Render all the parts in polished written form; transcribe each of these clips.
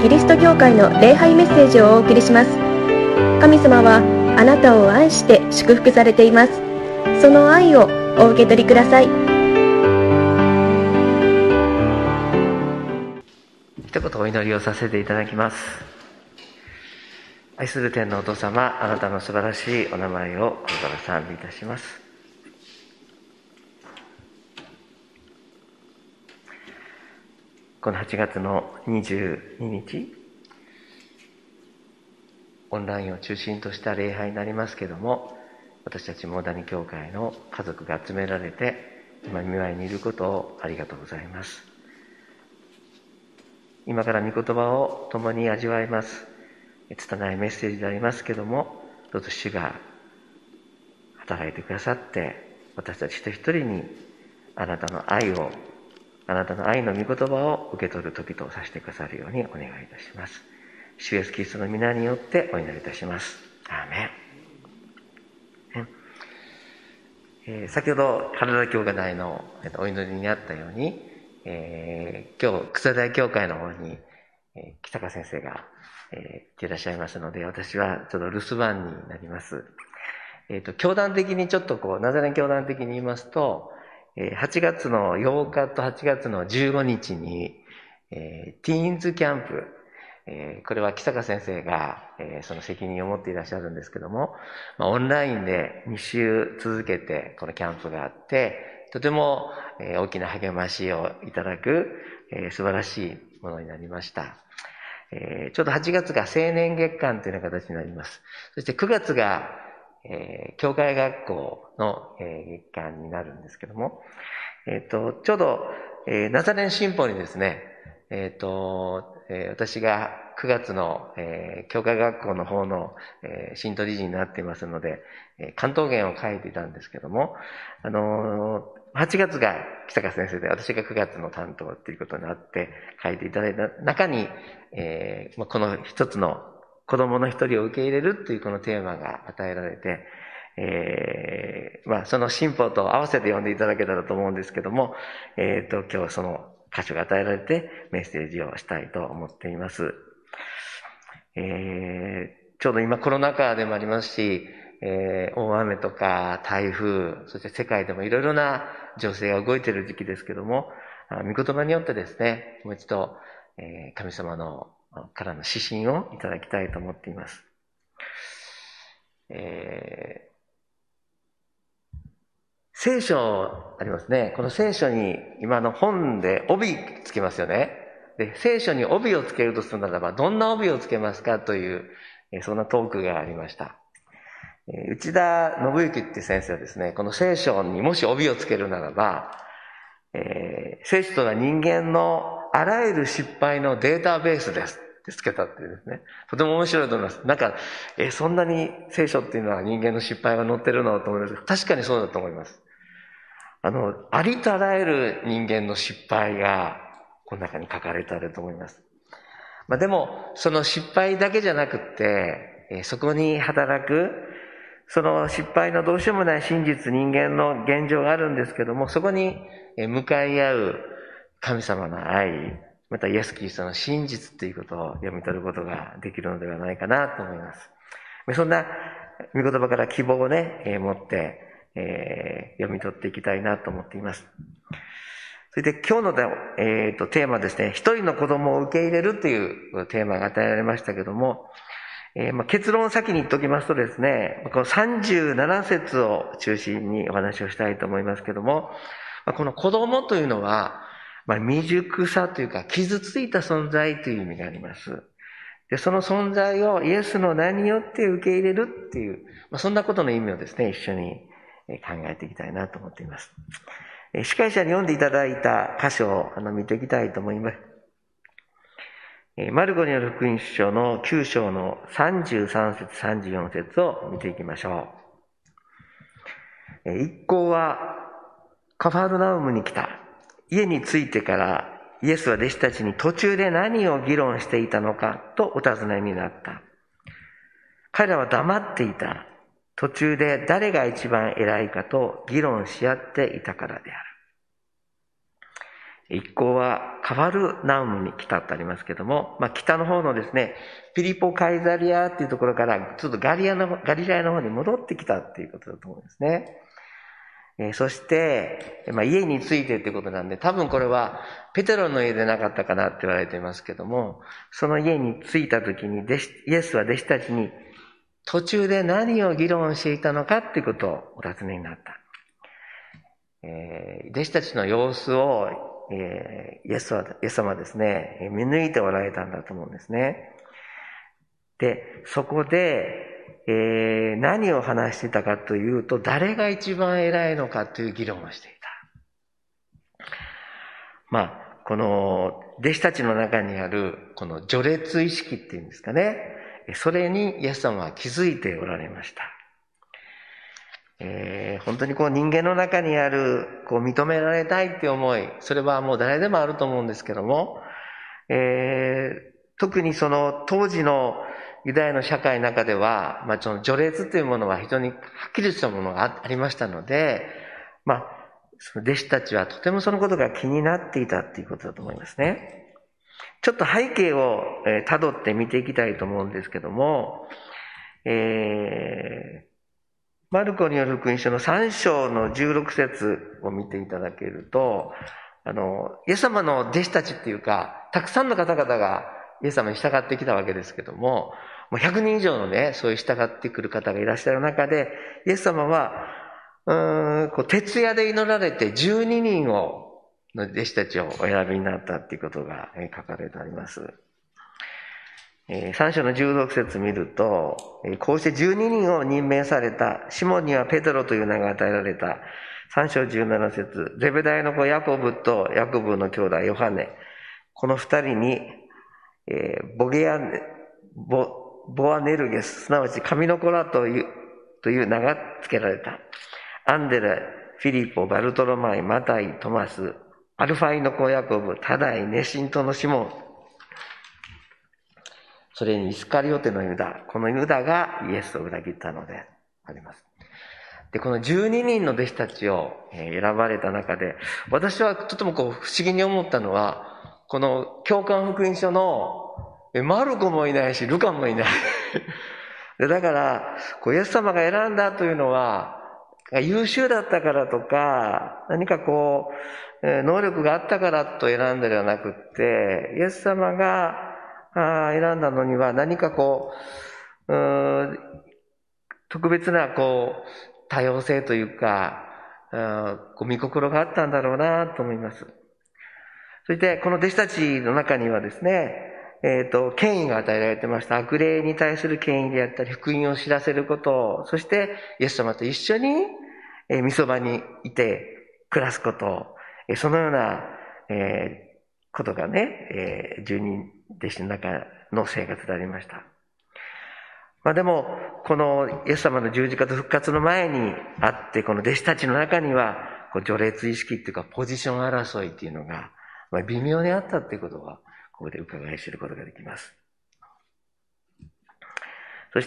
リスト教会の礼拝メッセージをお送りします。神様はあなたを愛して祝福されています。その愛をお受け取りください。 一言お祈りをさせていただきます。愛する天のお父様、あなたの素晴らしいお名前を心から賛美いたします。この8月の22日、オンラインを中心とした礼拝になりますけれども、私たちモーダニ教会の家族が集められて、今御前にいることをありがとうございます。今から御言葉を共に味わいます。拙いメッセージでありますけれども、どうぞ主が働いてくださって、私たち一人一人にあなたの愛の御言葉を受け取る時とさせてくださるようにお願いいたします。主イエスキリストの皆によってお祈りいたします。アーメン。先ほど原田教科大のお祈りにあったように、今日草大教会の方に、北川先生が、来ていらっしゃいますので、私はちょっと留守番になります。教団的にちょっとナザレン教団的に言いますと、8月の8日と8月の15日に、ティーンズキャンプ、これは木坂先生が、その責任を持っていらっしゃるんですけども、オンラインで2週続けてこのキャンプがあって、とても、大きな励ましをいただく、素晴らしいものになりました。ちょうど8月が青年月間というような形になります。そして9月が、教会学校の、月間になるんですけども、ちょうど、ナザレン新報にですね、私が9月の、教会学校の方の、信徒理事になっていますので、関東言を書いていたんですけども、8月が北川先生で、私が9月の担当ということになって書いていただいた中に、この一つの子供の一人を受け入れるというこのテーマが与えられて、その新報と合わせて読んでいただけたらと思うんですけども、今日その箇所が与えられてメッセージをしたいと思っています。ちょうど今コロナ禍でもありますし、大雨とか台風、そして世界でもいろいろな情勢が動いている時期ですけども、御言葉によってですね、もう一度、神様のからの指針をいただきたいと思っています。聖書ありますね。この聖書に今の本で帯つけますよね。で、聖書に帯をつけるとするならば、どんな帯をつけますかという、そんなトークがありました。内田信之って先生はですね、この聖書にもし帯をつけるならば、聖書とは人間のあらゆる失敗のデータベースですってつけたっていうですね、とても面白いと思います。なんか、そんなに聖書っていうのは人間の失敗が載ってるのと思います。確かにそうだと思います。ありとあらゆる人間の失敗がこの中に書かれてあると思います。でも、その失敗だけじゃなくって、そこに働くその失敗のどうしようもない真実、人間の現状があるんですけども、そこに向かい合う神様の愛、またイエス・キリストの真実ということを読み取ることができるのではないかなと思います。そんな御言葉から希望をね、持って、読み取っていきたいなと思っています。それで今日の、テーマですね、一人の子供を受け入れるというテーマが与えられましたけども、結論を先に言っておきますとですね、この37節を中心にお話をしたいと思いますけども、この子供というのは、未熟さというか傷ついた存在という意味があります。で、その存在をイエスの名によって受け入れるっていう、そんなことの意味をですね、一緒に考えていきたいなと思っています。司会者に読んでいただいた箇所を見ていきたいと思います。マルコによる福音書の9章の33節34節を見ていきましょう。一行はカファルナウムに来た。家に着いてからイエスは弟子たちに途中で何を議論していたのかとお尋ねになった。彼らは黙っていた。途中で誰が一番偉いかと議論し合っていたからである。 一行はカファルナウムに来たとありますけども、北の方のですね、ピリポカイザリアっていうところから、ちょっとガリラヤの方に戻ってきたっていうことだと思うんですね。そして、家に着いてっていうことなんで、多分これはペテロの家でなかったかなって言われていますけども、その家に着いた時にイエスは弟子たちに途中で何を議論していたのかっていうことをお尋ねになった。弟子たちの様子を、イエス様はですね、見抜いておられたんだと思うんですね。で、そこで、何を話していたかというと、誰が一番偉いのかという議論をしていた。この弟子たちの中にあるこの序列意識っていうんですかね、それにイエス様は気づいておられました。本当に人間の中にある認められたいっていう思い、それはもう誰でもあると思うんですけども、特にその当時のユダヤの社会の中では、その序列というものは非常にはっきりしたものがありましたので、その弟子たちはとてもそのことが気になっていたっていうことだと思いますね。ちょっと背景を辿って見ていきたいと思うんですけども、マルコによる福音書の3章の16節を見ていただけると、イエス様の弟子たちっていうか、たくさんの方々がイエス様に従ってきたわけですけども、もう100人以上のね、そういう従ってくる方がいらっしゃる中で、イエス様は、徹夜で祈られて12人の弟子たちをお選びになったっていうことが書かれてあります。3章の16節見ると、こうして12人を任命された。シモンにはペテロという名が与えられた。3章17節、ゼベダイの子ヤコブとヤコブの兄弟ヨハネ。この2人に、ボアネルゲス、すなわち神の子らという名が付けられた。アンデレ、フィリポ、バルトロマイ、マタイ、トマス、アルファイの子ヤコブ、タダイ、ネシントのシモン、それにイスカリオテのユダ、このユダがイエスを裏切ったのであります。で、この12人の弟子たちを選ばれた中で、私はとても不思議に思ったのは、この教官福音書のマルコもいないし、ルカもいない。でだから、イエス様が選んだというのは、優秀だったからとか、何か能力があったからと選んだではなくって、イエス様が選んだのには何か特別な多様性というか、御心があったんだろうなと思います。そしてこの弟子たちの中にはですね、権威が与えられてました。悪霊に対する権威であったり、福音を知らせることを、そしてイエス様と一緒に御そばにいて暮らすことを、そのようなことがね、十人弟子の中の生活でありました。でも、このイエス様の十字架と復活の前にあって、この弟子たちの中には、序列意識っていうか、ポジション争いっていうのが、微妙にあったっていうことは、ここで伺い知ることができます。そして、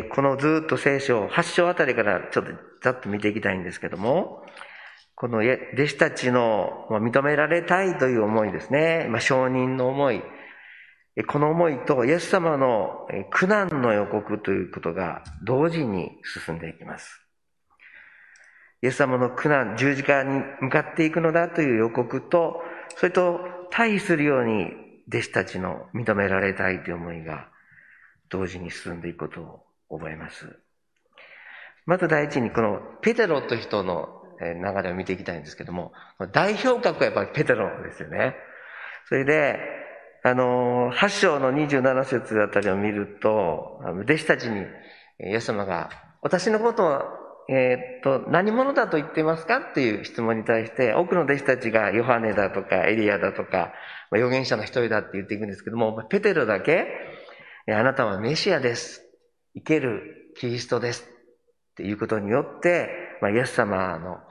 このずっと聖書、8章あたりからちょっとざっと見ていきたいんですけども、この弟子たちの認められたいという思いですね。承認の思い。この思いとイエス様の苦難の予告ということが同時に進んでいきます。イエス様の苦難、十字架に向かっていくのだという予告と、それと対比するように弟子たちの認められたいという思いが同時に進んでいくことを覚えます。まず第一にこのペテロという人の流れを見ていきたいんですけども、代表格はやっぱりペテロですよね。それで、8章の27節あたりを見ると、弟子たちにイエス様が、私のことを、何者だと言っていますかっていう質問に対して、多くの弟子たちがヨハネだとかエリアだとか、預言者の一人だって言っていくんですけども、ペテロだけ、あなたはメシアです。生けるキリストです。っていうことによって、イエス様の、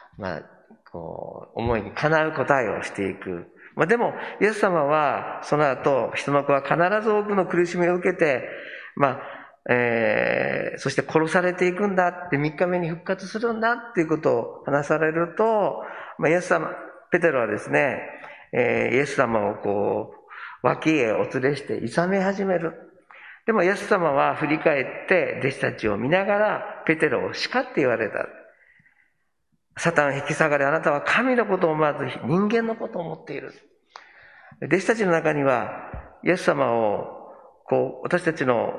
思いにかなう答えをしていく。でも、イエス様は、その後、人の子は必ず多くの苦しみを受けて、そして殺されていくんだって、3日目に復活するんだっていうことを話されると、イエス様、 ペテロはですね、イエス様を脇へお連れして諌め始める。でもイエス様は振り返って弟子たちを見ながらペテロを叱って言われた。サタン引き下がれ、あなたは神のことを思わず人間のことを思っている。弟子たちの中にはイエス様を私たちの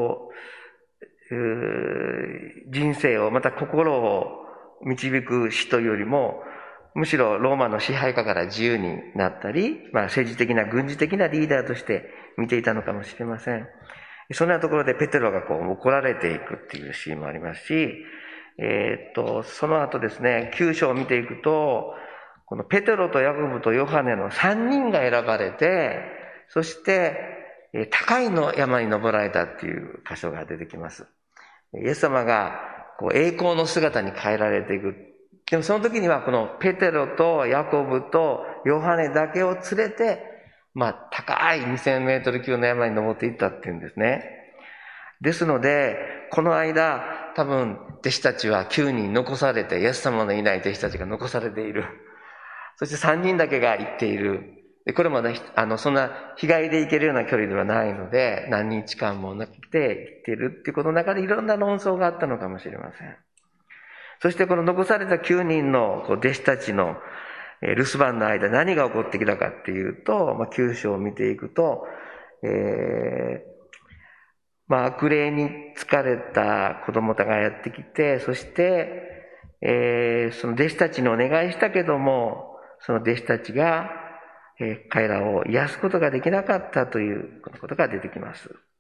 人生をまた心を導く人よりも、むしろローマの支配下から自由になったり、政治的な軍事的なリーダーとして見ていたのかもしれません。そんなところでペテロが怒られていくっていうシーンもありますし、その後ですね、9章を見ていくと、このペテロとヤコブとヨハネの3人が選ばれて、そして高いの山に登られたっていう箇所が出てきます。イエス様が栄光の姿に変えられていく。でもその時にはこのペテロとヤコブとヨハネだけを連れて、高い2000メートル級の山に登っていったっていうんですね。ですので、この間、多分弟子たちは9人残されて、イエス様のいない弟子たちが残されている。そして3人だけが行っている。でこれもね、そんな日帰りで行けるような距離ではないので、何日間もなくて行っているっていうことの中でいろんな論争があったのかもしれません。そしてこの残された9人の弟子たちの留守番の間何が起こってきたかっていうと、9章を見ていくと、悪霊に疲れた子供たちがやってきて、そして、その弟子たちにお願いしたけども、その弟子たちが、彼らを癒すことができなかったということが出てきます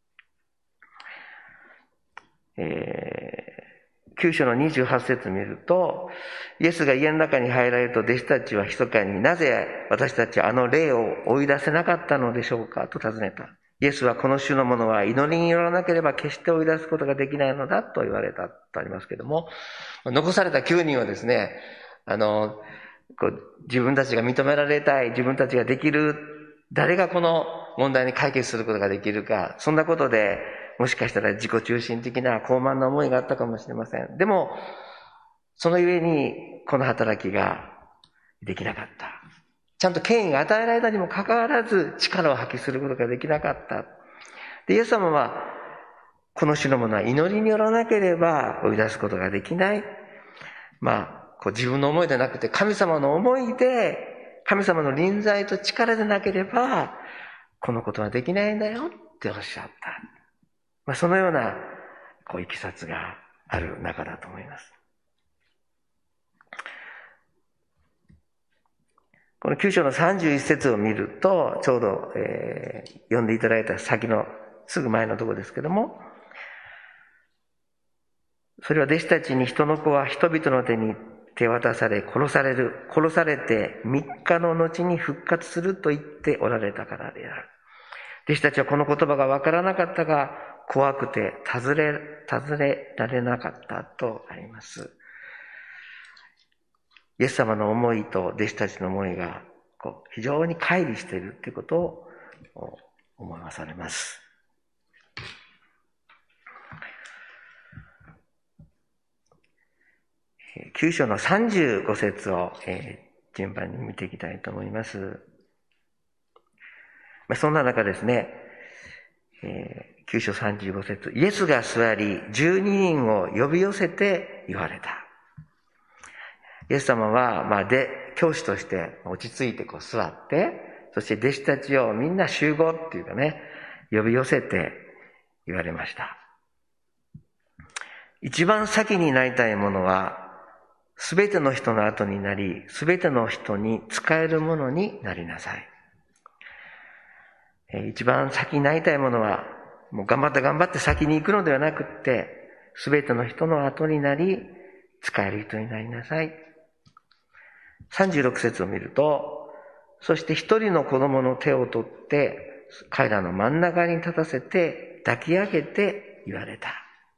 。9章の28節を見ると、イエスが家の中に入られると弟子たちは密かに、なぜ私たちはあの霊を追い出せなかったのでしょうかと尋ねた。イエスはこの種のものは祈りによらなければ決して追い出すことができないのだと言われたとありますけれども、残された9人はですね、自分たちが認められたい、自分たちができる、誰がこの問題に解決することができるか、そんなことでもしかしたら自己中心的な傲慢な思いがあったかもしれません。でもそのゆえにこの働きができなかった。ちゃんと権威が与えられたにもかかわらず力を発揮することができなかった。でイエス様はこの種のものは祈りによらなければ追い出すことができない。自分の思いでなくて神様の思いで、神様の臨在と力でなければこのことはできないんだよっておっしゃった。そのようないきさつがある中だと思います。この9章の31節を見ると、ちょうど、読んでいただいた先のすぐ前のところですけども、それは弟子たちに人の子は人々の手に手渡され殺されて3日の後に復活すると言っておられたからである。弟子たちはこの言葉がわからなかったが、怖くて尋ねられなかったとあります。イエス様の思いと弟子たちの思いが非常に乖離しているということを思わされます。9章の35節を順番に見ていきたいと思います。そんな中ですね、9章35節、イエスが座り12人を呼び寄せて言われた。イエス様は、教師として落ち着いて座って、そして弟子たちをみんな集合っていうかね、呼び寄せて言われました。一番先になりたいものは、すべての人の後になり、すべての人に仕えるものになりなさい。一番先になりたいものは、もう頑張って先に行くのではなくって、すべての人の後になり、仕える人になりなさい。36節を見ると、そして一人の子供の手を取って、彼らの真ん中に立たせて、抱き上げて言われた。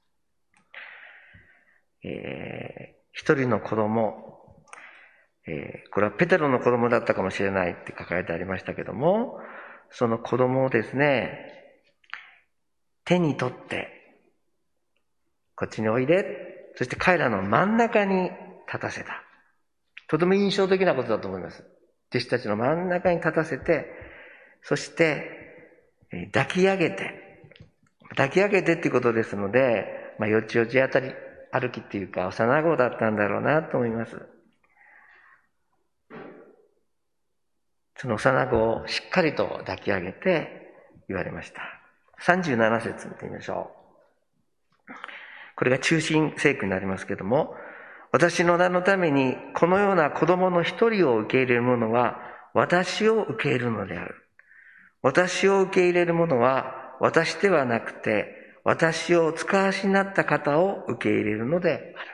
一人の子供、これはペテロの子供だったかもしれないって書かれてありましたけども、その子供をですね、手に取って、こっちにおいで、そして彼らの真ん中に立たせた。とても印象的なことだと思います。 弟子たちの真ん中に立たせて、そして抱き上げてっていうことですので、よちよち歩きっていうか幼子だったんだろうなと思います。その幼子をしっかりと抱き上げて言われました。37節見てみましょう。これが中心聖句になりますけれども、私の名のためにこのような子供の一人を受け入れる者は私を受け入れるのである。私を受け入れる者は私ではなくて私を使わしになった方を受け入れるのである。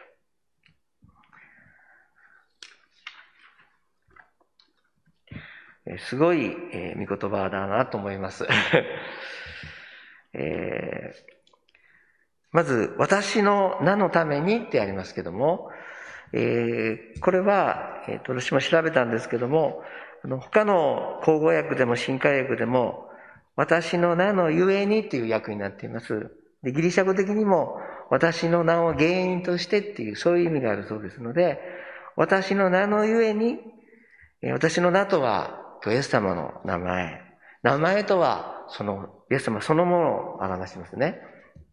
すごい御言葉だなと思います。まず、私の名のためにってありますけども、これは、私も調べたんですけども、他の口語訳でも新海訳でも、私の名のゆえにっていう訳になっています。で、ギリシャ語的にも、私の名を原因としてっていう、そういう意味があるそうですので、私の名のゆえに、私の名とは、イエス様の名前。名前とは、イエス様そのものを表しますね。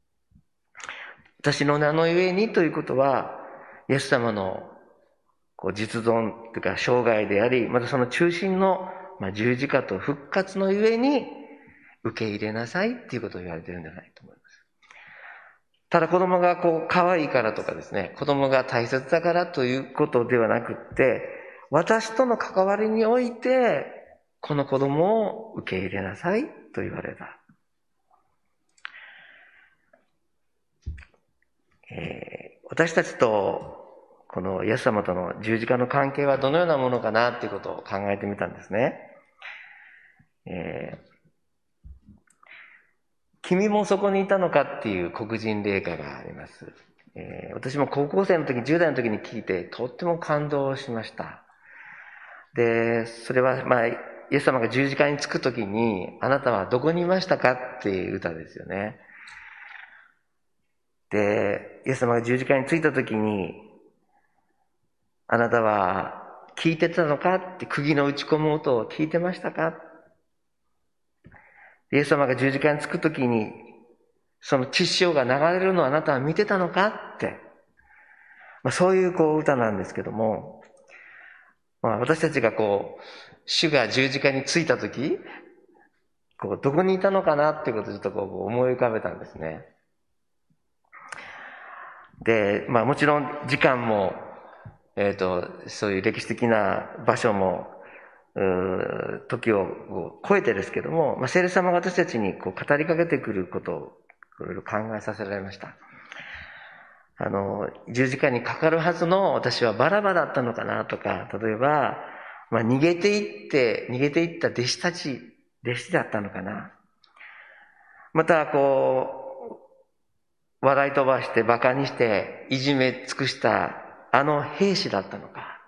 私の名のゆえにということは、イエス様の実存というか生涯であり、またその中心の十字架と復活のゆえに受け入れなさいっていうことを言われているんじゃないと思います。ただ子供が可愛いからとかですね、子供が大切だからということではなくって、私との関わりにおいて、この子供を受け入れなさいと言われた。私たちとこのイエス様との十字架の関係はどのようなものかなっていうことを考えてみたんですね。君もそこにいたのかっていう黒人霊歌があります。私も高校生の時、10代の時に聞いてとっても感動しました。で、それはイエス様が十字架につく時に、あなたはどこにいましたかっていう歌ですよね。で、イエス様が十字架についた時に、あなたは聞いてたのかって、釘の打ち込む音を聞いてましたか？イエス様が十字架につく時に、その血潮が流れるのをあなたは見てたのかって、そういう歌なんですけども、私たちが主が十字架についたとき、どこにいたのかなっていうことをちょっと思い浮かべたんですね。で、もちろん時間も、そういう歴史的な場所も、時を超えてですけども、聖霊様が私たちに語りかけてくることをいろいろ考えさせられました。十字架にかかるはずの私はバラバだったのかなとか、例えば、逃げていった弟子だったのかな。また、笑い飛ばして馬鹿にしていじめ尽くした兵士だったのか。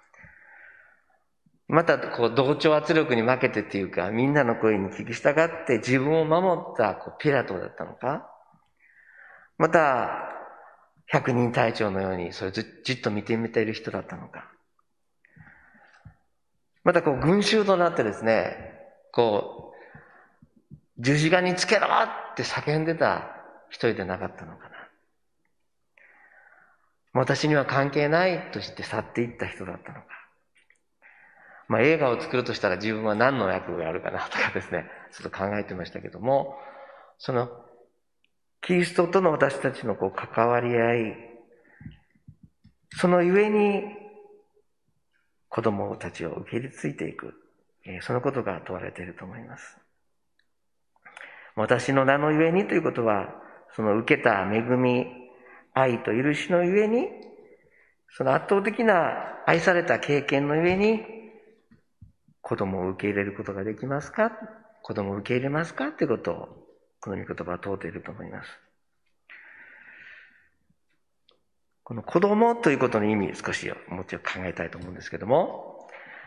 また、同調圧力に負けてっていうか、みんなの声に聞き従って自分を守ったピラトだったのか。また、百人隊長のようにそれをじっと見ている人だったのか。また群衆となってですね、十字架につけろって叫んでた一人でなかったのかな。私には関係ないとして去っていった人だったのか。映画を作るとしたら自分は何の役があるかなとかですね、ちょっと考えてましたけども、キリストとの私たちの関わり合い、そのゆえに子供たちを受け入れついていく、そのことが問われていると思います。私の名のゆえにということは、その受けた恵み、愛と許しのゆえに、その圧倒的な愛された経験のゆえに、子供を受け入れることができますか？子供を受け入れますか？ということを、この御言葉は問うていると思います。この子供ということの意味、少しもう一度考えたいと思うんですけども、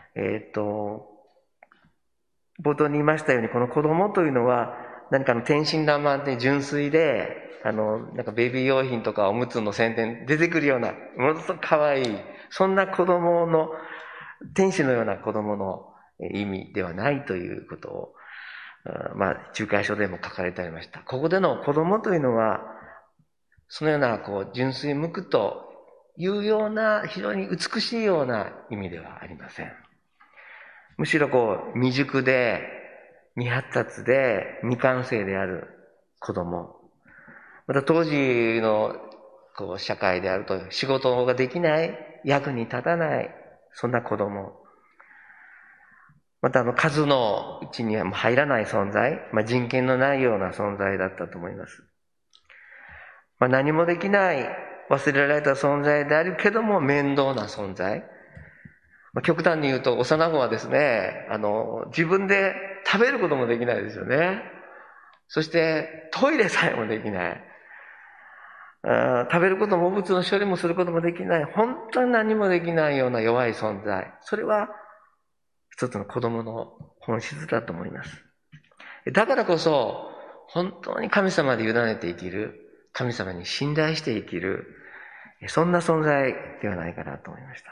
冒頭に言いましたように、この子供というのは、何か天真爛漫で純粋で、なんかベビー用品とかおむつの宣伝出てくるような、ものすごく可愛い、そんな子供の天使のような子供の意味ではないということを、仲介書でも書かれてありました。ここでの子供というのは、そのような純粋無垢というような非常に美しいような意味ではありません。むしろ未熟で未発達で未完成である子供、また当時の社会であると仕事ができない、役に立たない、そんな子供、また数のうちには入らない存在、人権のないような存在だったと思います。何もできない、忘れられた存在であるけども面倒な存在。極端に言うと幼子はですね、自分で食べることもできないですよね。そしてトイレさえもできない。食べることも、物の処理もすることもできない、本当に何もできないような弱い存在。それは一つの子供の本質だと思います。だからこそ、本当に神様で委ねて生きる、神様に信頼して生きる、そんな存在ではないかなと思いました。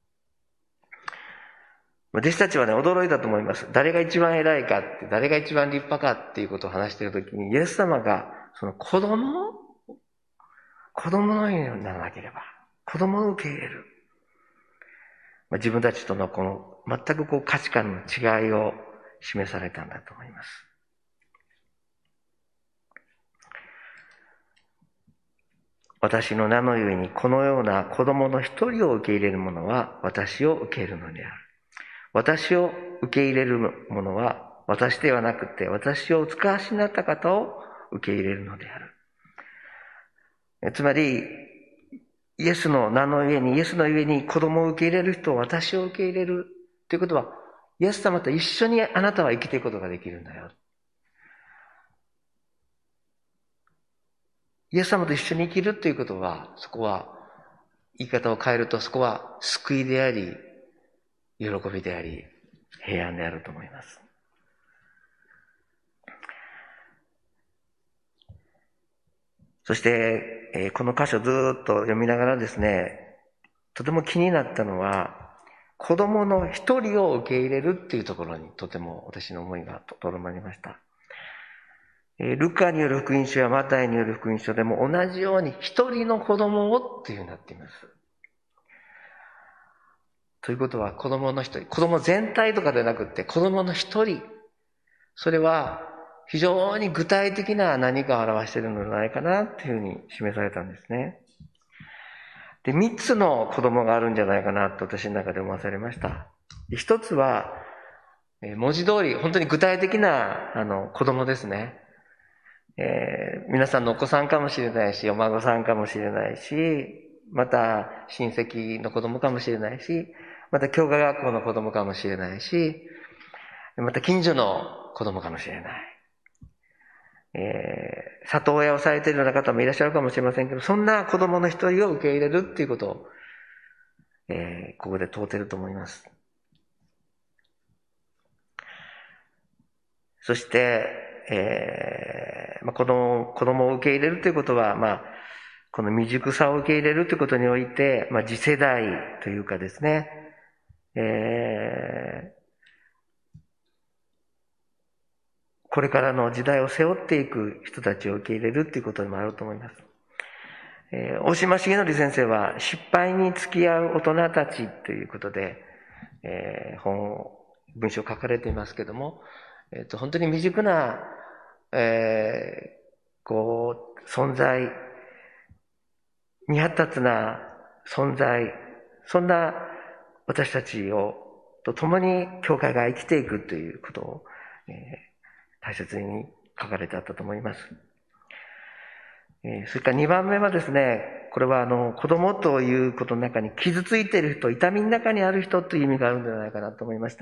弟子たちはね、驚いたと思います。誰が一番偉いかって、誰が一番立派かっていうことを話しているときに、イエス様が、その子供のようにならなければ、子供を受け入れる。自分たちとの全く価値観の違いを示されたんだと思います。私の名のゆえにこのような子供の一人を受け入れる者は私を受け入れるのである。私を受け入れる者は私ではなくて私をお使わしになった方を受け入れるのである。つまり、イエスの名の上に、イエスの上に子供を受け入れる人を私を受け入れるということは、イエス様と一緒にあなたは生きていくことができるんだよ。イエス様と一緒に生きるということは、そこは、言い方を変えると、そこは救いであり、喜びであり、平安であると思います。そして、この箇所ずっと読みながらですね、とても気になったのは、子供の一人を受け入れるっていうところにとても私の思いがとどまりました。ルカによる福音書やマタイによる福音書でも同じように一人の子供をっていうふうになっています。ということは子供の一人、子供全体とかではなくて子供の一人、それは非常に具体的な何かを表しているのではないかなっていうふうに示されたんですね。で、3つの子供があるんじゃないかなと私の中で思わされました。一つは、文字通り本当に具体的な子供ですね。皆さんのお子さんかもしれないし、お孫さんかもしれないし、また親戚の子供かもしれないし、また教科学校の子供かもしれないし、また近所の子供かもしれない。里親をされているような方もいらっしゃるかもしれませんけど、そんな子供の一人を受け入れるっていうことを、ここで問うていると思います。そして、子供を受け入れるということは、この未熟さを受け入れるということにおいて、次世代というかですね、これからの時代を背負っていく人たちを受け入れるということにもあると思います。大島重則先生は失敗に付き合う大人たちということで、文章を書かれていますけども、本当に未熟な、存在、未発達な存在、そんな私たちと共に教会が生きていくということを、大切に書かれてあったと思います。それから2番目はですね、これは子供ということの中に傷ついている人、痛みの中にある人という意味があるんではないかなと思いました。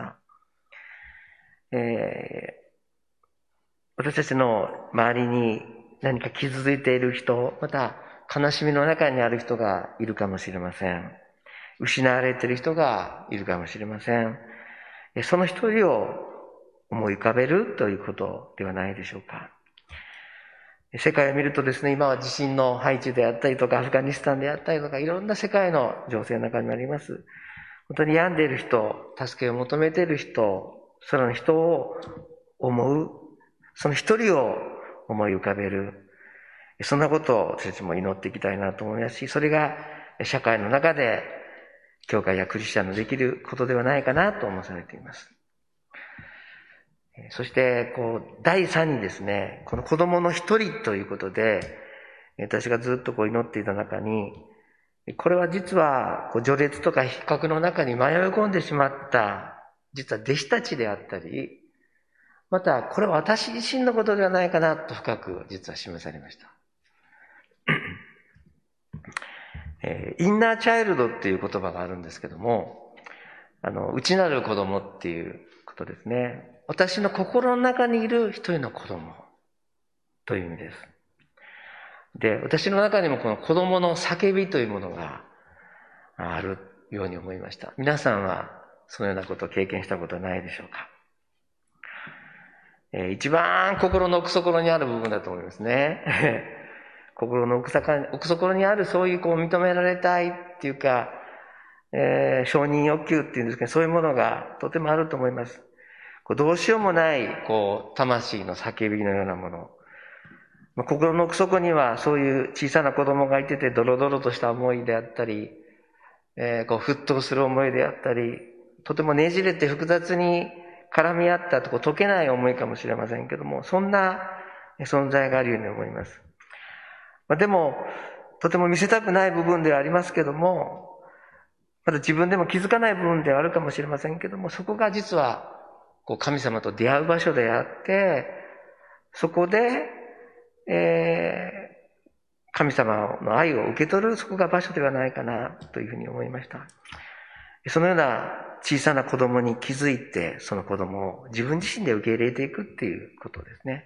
私たちの周りに何か傷ついている人、また悲しみの中にある人がいるかもしれません。失われている人がいるかもしれません。その一人を思い浮かべるということではないでしょうか。世界を見るとですね、今は地震のハイチであったりとか、アフガニスタンであったりとか、いろんな世界の情勢の中にあります。 本当に病んでいる人、助けを求めている人、その人を思う、その一人を思い浮かべる、そんなことを私たちも祈っていきたいなと思いますし、それが社会の中で教会やクリスチャンのできることではないかなと思わされています。そして第3にですね、この子供の一人ということで、私がずっと祈っていた中に、これは実は序列とか比較の中に迷い込んでしまった実は弟子たちであったり、またこれは私自身のことではないかなと深く実は示されました。インナーチャイルドっていう言葉があるんですけども、内なる子供っていうことですね。私の心の中にいる一人の子供という意味です。で、私の中にもこの子供の叫びというものがあるように思いました。皆さんはそのようなことを経験したことはないでしょうか。一番心の奥底にある部分だと思いますね。心の奥底にあるそういう認められたいっていうか、承認欲求っていうんですけど、そういうものがとてもあると思います。どうしようもない魂の叫びのようなもの。心の奥底にはそういう小さな子供がいててドロドロとした思いであったり、沸騰する思いであったり、とてもねじれて複雑に絡み合ったと解けない思いかもしれませんけども、そんな存在があるように思います。でも、とても見せたくない部分ではありますけども、まだ自分でも気づかない部分ではあるかもしれませんけども、そこが実は神様と出会う場所であって、そこで、神様の愛を受け取る、そこが場所ではないかなというふうに思いました。そのような小さな子供に気づいて、その子供を自分自身で受け入れていくっていうことですね。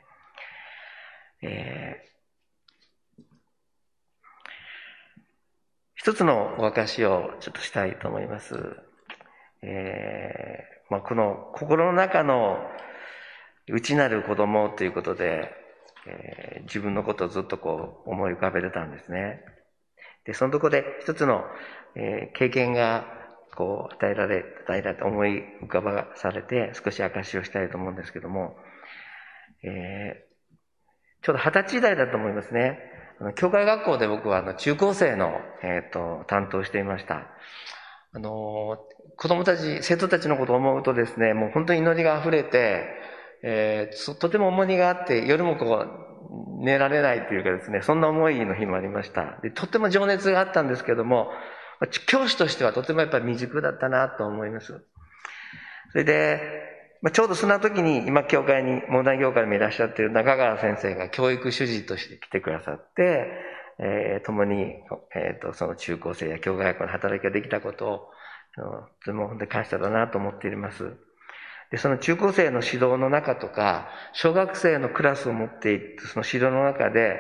一つのお証をちょっとしたいと思います。この心の中の内なる子供ということで、自分のことをずっと思い浮かべてたんですね。で、そのところで一つの、経験が与えられて思い浮かばされて少し証しをしたいと思うんですけども、ちょうど20歳代だと思いますね。教会学校で僕は中高生の、担当していました。子供たち、生徒たちのことを思うとですね、もう本当に祈りが溢れて、とても重荷があって、夜も寝られないっていうかですね、そんな思いの日もありました。で、とても情熱があったんですけども、教師としてはとてもやっぱり未熟だったなと思います。それで、ちょうどそんな時に今教会に、モダン教会にもいらっしゃっている中川先生が教育主事として来てくださって、共に、その中高生や教会学校の働きができたことを、とても本当に感謝だなと思っています。で、その中高生の指導の中とか、小学生のクラスを持っているその指導の中で、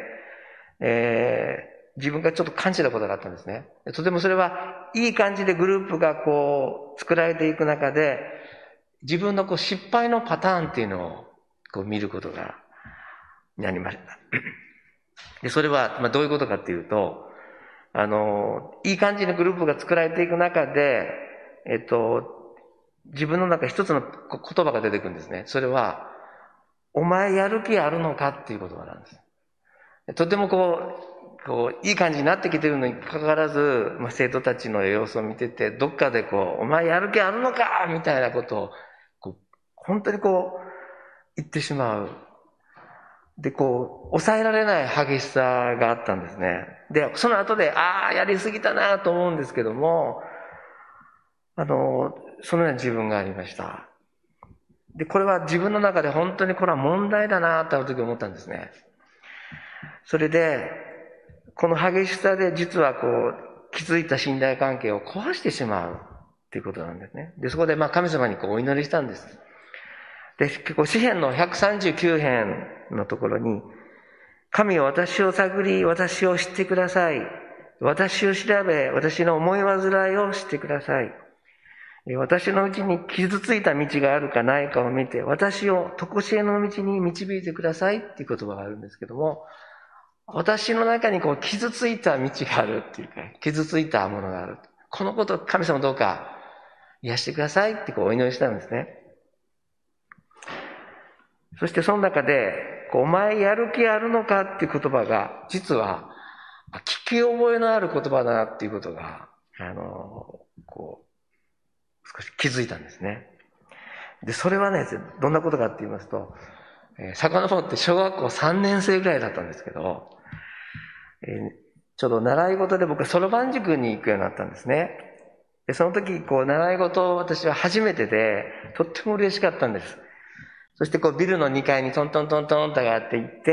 自分がちょっと感じたことがあったんですね。とてもそれはいい感じでグループが作られていく中で、自分の失敗のパターンっていうのを見ることがなりました。で、それはどういうことかっていうと、いい感じのグループが作られていく中で、自分の中一つの言葉が出てくるんですね。それは、お前やる気あるのかっていう言葉なんです。とてもいい感じになってきてるのにかかわらず、生徒たちの様子を見てて、どっかでお前やる気あるのかみたいなことを、本当に言ってしまう。で、抑えられない激しさがあったんですね。で、その後で、やりすぎたなと思うんですけども、そのような自分がありました。で、これは自分の中で本当にこれは問題だなとある時思ったんですね。それで、この激しさで実は築いた信頼関係を壊してしまうっていうことなんですね。で、そこで神様にお祈りしたんです。で、詩編の139編のところに、神よ私を探り、私を知ってください。私を調べ、私の思い煩いを知ってください。私のうちに傷ついた道があるかないかを見て、私を常しえの道に導いてくださいっていう言葉があるんですけども、私の中に傷ついた道があるっていうか、傷ついたものがある。このことを神様どうか癒してくださいってお祈りしたんですね。そしてその中で、お前やる気あるのかっていう言葉が、実は、聞き覚えのある言葉だなっていうことが、少し気づいたんですね。で、それはね、どんなことかって言いますと、遡って小学校3年生ぐらいだったんですけど、ちょうど習い事で僕はそろばん塾に行くようになったんですね。で、その時、習い事を私は初めてで、とっても嬉しかったんです。そしてビルの2階にトントントントンとやっていって、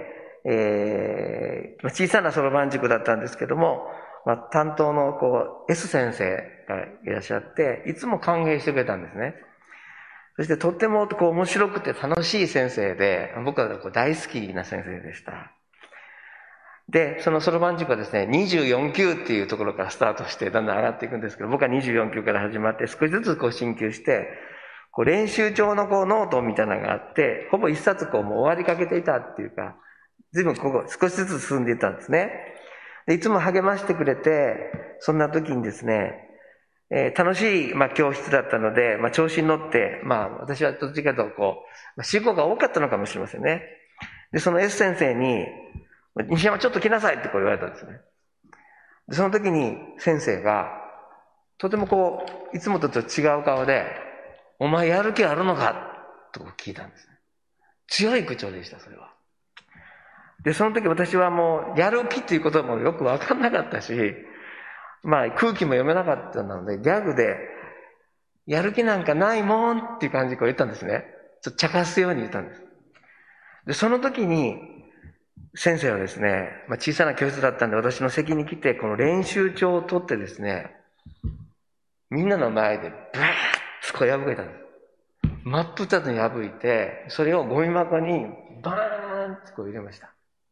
小さなそろばん塾だったんですけども、担当のS 先生がいらっしゃって、いつも歓迎してくれたんですね。そしてとっても面白くて楽しい先生で、僕は大好きな先生でした。で、そのそろばん塾はですね、24級っていうところからスタートしてだんだん上がっていくんですけど、僕は24級から始まって少しずつ進級して、練習帳のノートみたいなのがあって、ほぼ一冊もう終わりかけていたっていうか、随分少しずつ進んでいったんですね。で、いつも励ましてくれて、そんな時にですね、楽しい、教室だったので、調子に乗って、私はどっちかというと思考が多かったのかもしれませんね。で、その S 先生に、西山ちょっと来なさいって言われたんですね。で、その時に先生が、とてもいつもと違う顔で、お前やる気あるのかと聞いたんですね。強い口調でした、それは。で、その時私はもう、やる気っていうこともよくわかんなかったし、空気も読めなかったので、ギャグで、やる気なんかないもんっていう感じで言ったんですね。ちょっと茶化すように言ったんです。で、その時に、先生はですね、小さな教室だったんで私の席に来て、この練習帳を取ってですね、みんなの前で、ブワーッと破けたんです。真っ二つに破いて、それをゴミ箱にバーンと入れました。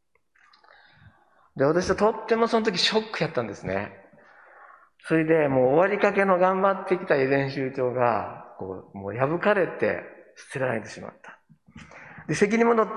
で、私はとってもその時ショックやったんですね。それでもう終わりかけの頑張ってきた練習帳が、もう破かれて捨てられてしまった。で、席に戻って、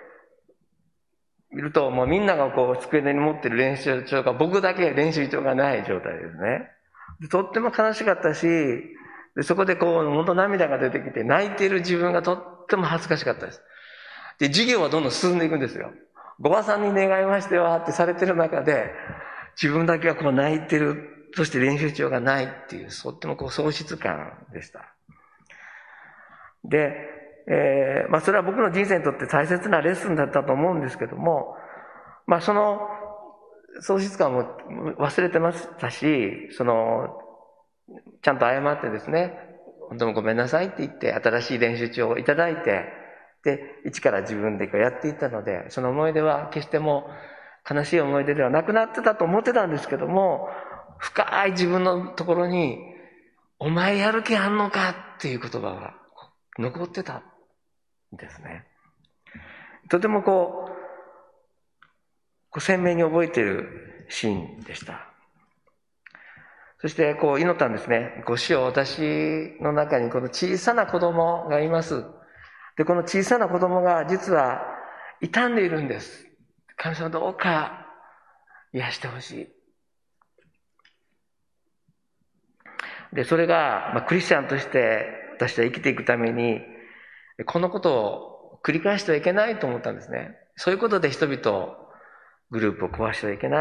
見ると、もうみんなが机に持ってる練習帳が、僕だけ練習帳がない状態ですね。で、とっても悲しかったし、でそこで本当涙が出てきて、泣いている自分がとっても恥ずかしかったです。で、授業はどんどん進んでいくんですよ。ごばさんに願いましてはってされてる中で、自分だけは泣いてる、そして練習帳がないっていう、とっても喪失感でした。で、それは僕の人生にとって大切なレッスンだったと思うんですけども、その喪失感も忘れてましたし、ちゃんと謝ってですね、本当にごめんなさいって言って、新しい練習帳をいただいて、で、一から自分でやっていったので、その思い出は決しても悲しい思い出ではなくなってたと思ってたんですけども、深い自分のところに、お前やる気あんのかっていう言葉が残ってたんですね。とても鮮明に覚えているシーンでした。そして祈ったんですね。主よ、私の中にこの小さな子供がいます。で、この小さな子供が実は傷んでいるんです。神様どうか癒してほしい。で、それが、クリスチャンとして私は生きていくために、このことを繰り返してはいけないと思ったんですね。そういうことで人々、グループを壊してはいけない。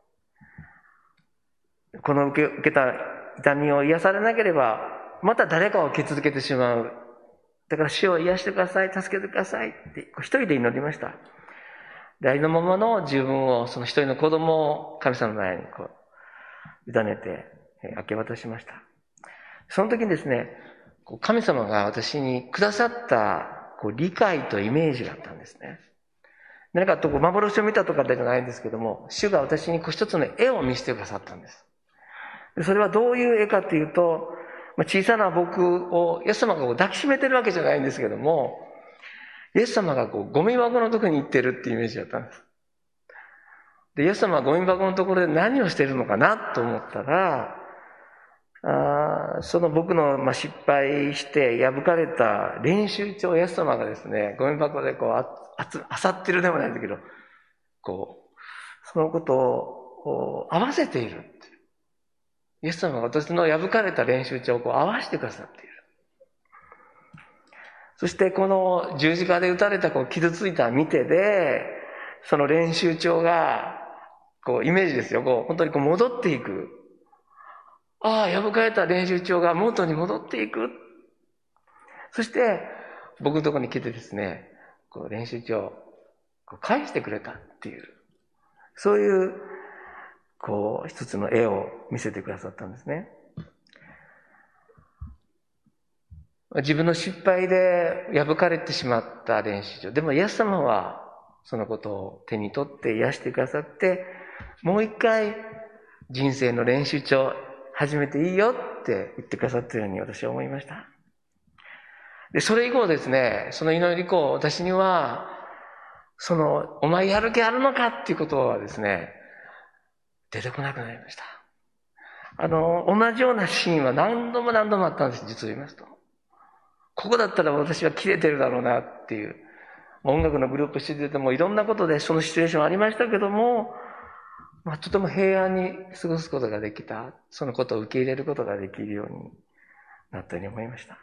この受けた痛みを癒されなければ、また誰かを受け続けてしまう。だから主を癒してください、助けてくださいって一人で祈りました。で、ありのままの自分を、その一人の子供を神様の前に委ねて明け渡しました。その時にですね、神様が私にくださった理解とイメージがあったんですね。何か幻を見たとかではないんですけども、主が私に一つの絵を見せてくださったんです。それはどういう絵かというと、小さな僕をイエス様が抱きしめてるわけじゃないんですけども、イエス様がゴミ箱のところに行ってるっていうイメージだったんです。で、イエス様はゴミ箱のところで何をしているのかなと思ったら、その僕の失敗して破かれた練習帳をイエス様がですね、ゴミ箱で漁ってるでもないんだけど、そのことを合わせている。 イエス様が私の破かれた練習帳を合わせてくださっている。そしてこの十字架で打たれた傷ついた見てで、その練習帳が、イメージですよ、本当に戻っていく。ああ、破かれた練習帳が元に戻っていく。そして、僕のところに来てですね、練習帳、返してくれたっていう、そういう、一つの絵を見せてくださったんですね。自分の失敗で破かれてしまった練習帳。でもイエス様はそのことを手に取って癒してくださって、もう一回人生の練習帳始めていいよって言ってくださったように私は思いました。で、それ以降ですね、その祈り以降、私には、お前やる気あるのかっていうことはですね、出てこなくなりました。同じようなシーンは何度もあったんです、実を言いますと。ここだったら私は切れてるだろうなっていう。音楽のグループしててもいろんなことでそのシチュエーションありましたけども、とても平安に過ごすことができた。そのことを受け入れることができるようになったように思いました。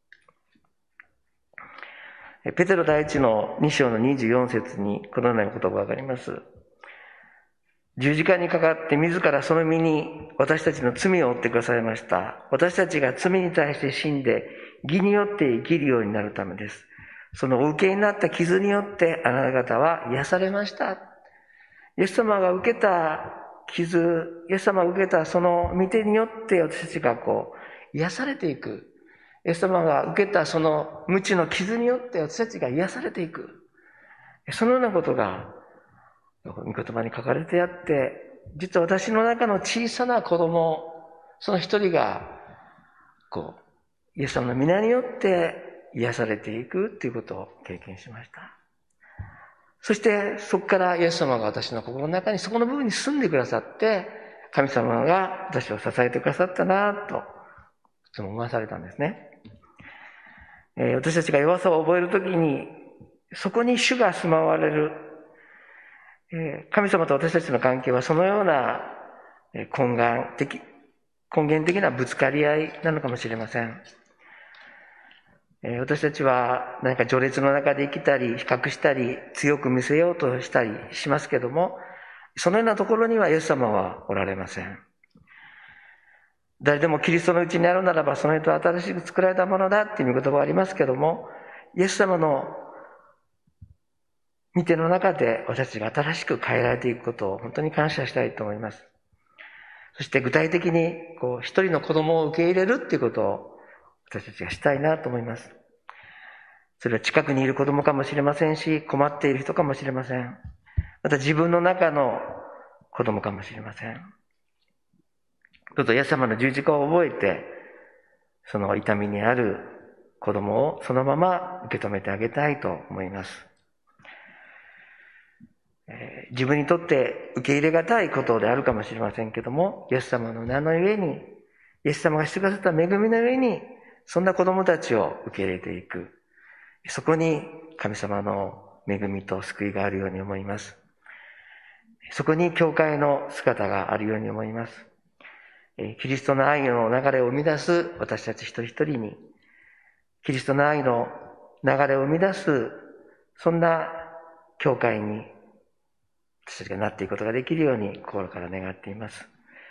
ペテロ第一の2章の24節にこのような言葉があります。十字架にかかって自らその身に私たちの罪を負ってくださいました。私たちが罪に対して死んで義によって生きるようになるためです。そのお受けになった傷によってあなた方は癒されました。イエス様が受けた傷、イエス様が受けたその御手によって私たちが癒されていく。イエス様が受けたその無知の傷によって私たちが癒されていく。そのようなことが御言葉に書かれてあって、実は私の中の小さな子供、その一人が、イエス様の皆によって癒されていくということを経験しました。そしてそこからイエス様が私の心の中にそこの部分に住んでくださって、神様が私を支えてくださったなと、とても思わされたんですね。私たちが弱さを覚えるときに、そこに主が住まわれる。神様と私たちの関係はそのような根源的なぶつかり合いなのかもしれません。私たちは何か序列の中で生きたり、比較したり、強く見せようとしたりしますけども、そのようなところにはイエス様はおられません。誰でもキリストのうちにあるならば、その人は新しく作られたものだっていう言葉がありますけども、イエス様の御手の中で私たちが新しく変えられていくことを本当に感謝したいと思います。そして具体的に一人の子供を受け入れるっていうことを私たちがしたいなと思います。それは近くにいる子供かもしれませんし、困っている人かもしれません。また自分の中の子供かもしれません。どうぞイエス様の十字架を覚えて、その痛みにある子供をそのまま受け止めてあげたいと思います。自分にとって受け入れがたいことであるかもしれませんけども、イエス様の名のゆえに、イエス様がしてくださった恵みのゆえに、そんな子供たちを受け入れていく。そこに神様の恵みと救いがあるように思います。そこに教会の姿があるように思います。キリストの愛の流れを生み出す私たち一人一人に、キリストの愛の流れを生み出す、そんな教会に私たちがなっていくことができるように心から願っています。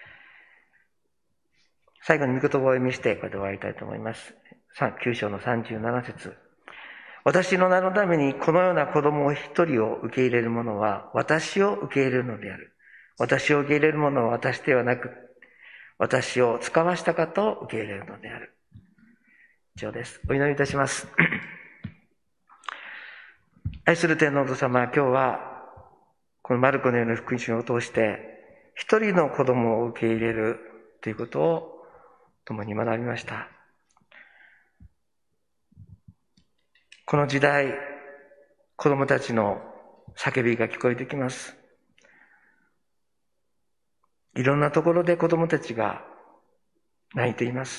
最後に御言葉をお読みしてこれで終わりたいと思います。9章の37節。私の名のためにこのような子供一人を受け入れる者は私を受け入れるのである。私を受け入れる者は私ではなく、私を使わした方を受け入れるのである。以上です。お祈りいたします。愛する天皇と様、今日はこのマルコのような福音書を通して一人の子供を受け入れるということを共に学びました。この時代、子供たちの叫びが聞こえてきます。いろんなところで子供たちが泣いています。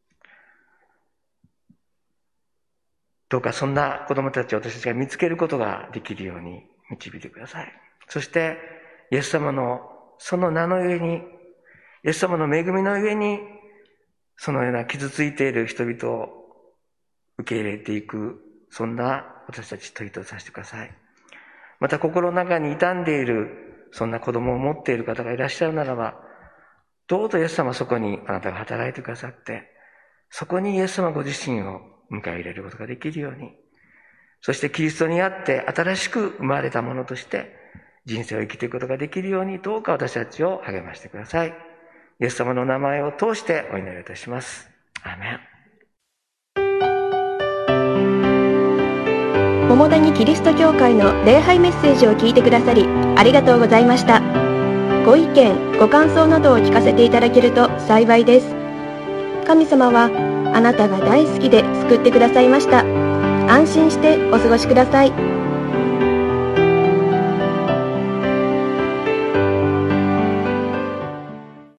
どうかそんな子供たちを私たちが見つけることができるように導いてください。そしてイエス様のその名のゆえにイエス様の恵みの上に、そのような傷ついている人々を受け入れていく、そんな私たちと意図させてください。また心の中に傷んでいる、そんな子供を持っている方がいらっしゃるならば、どうぞイエス様そこにあなたが働いてくださって、そこにイエス様ご自身を迎え入れることができるように、そしてキリストにあって新しく生まれたものとして人生を生きていくことができるように、どうか私たちを励ましてください。イエス様の名前を通してお祈りいたします。アーメン。 桃谷キリスト教会の礼拝メッセージを聞いてくださりありがとうございました。ご意見ご感想などを聞かせていただけると幸いです。神様はあなたが大好きで救ってくださいました。安心してお過ごしください。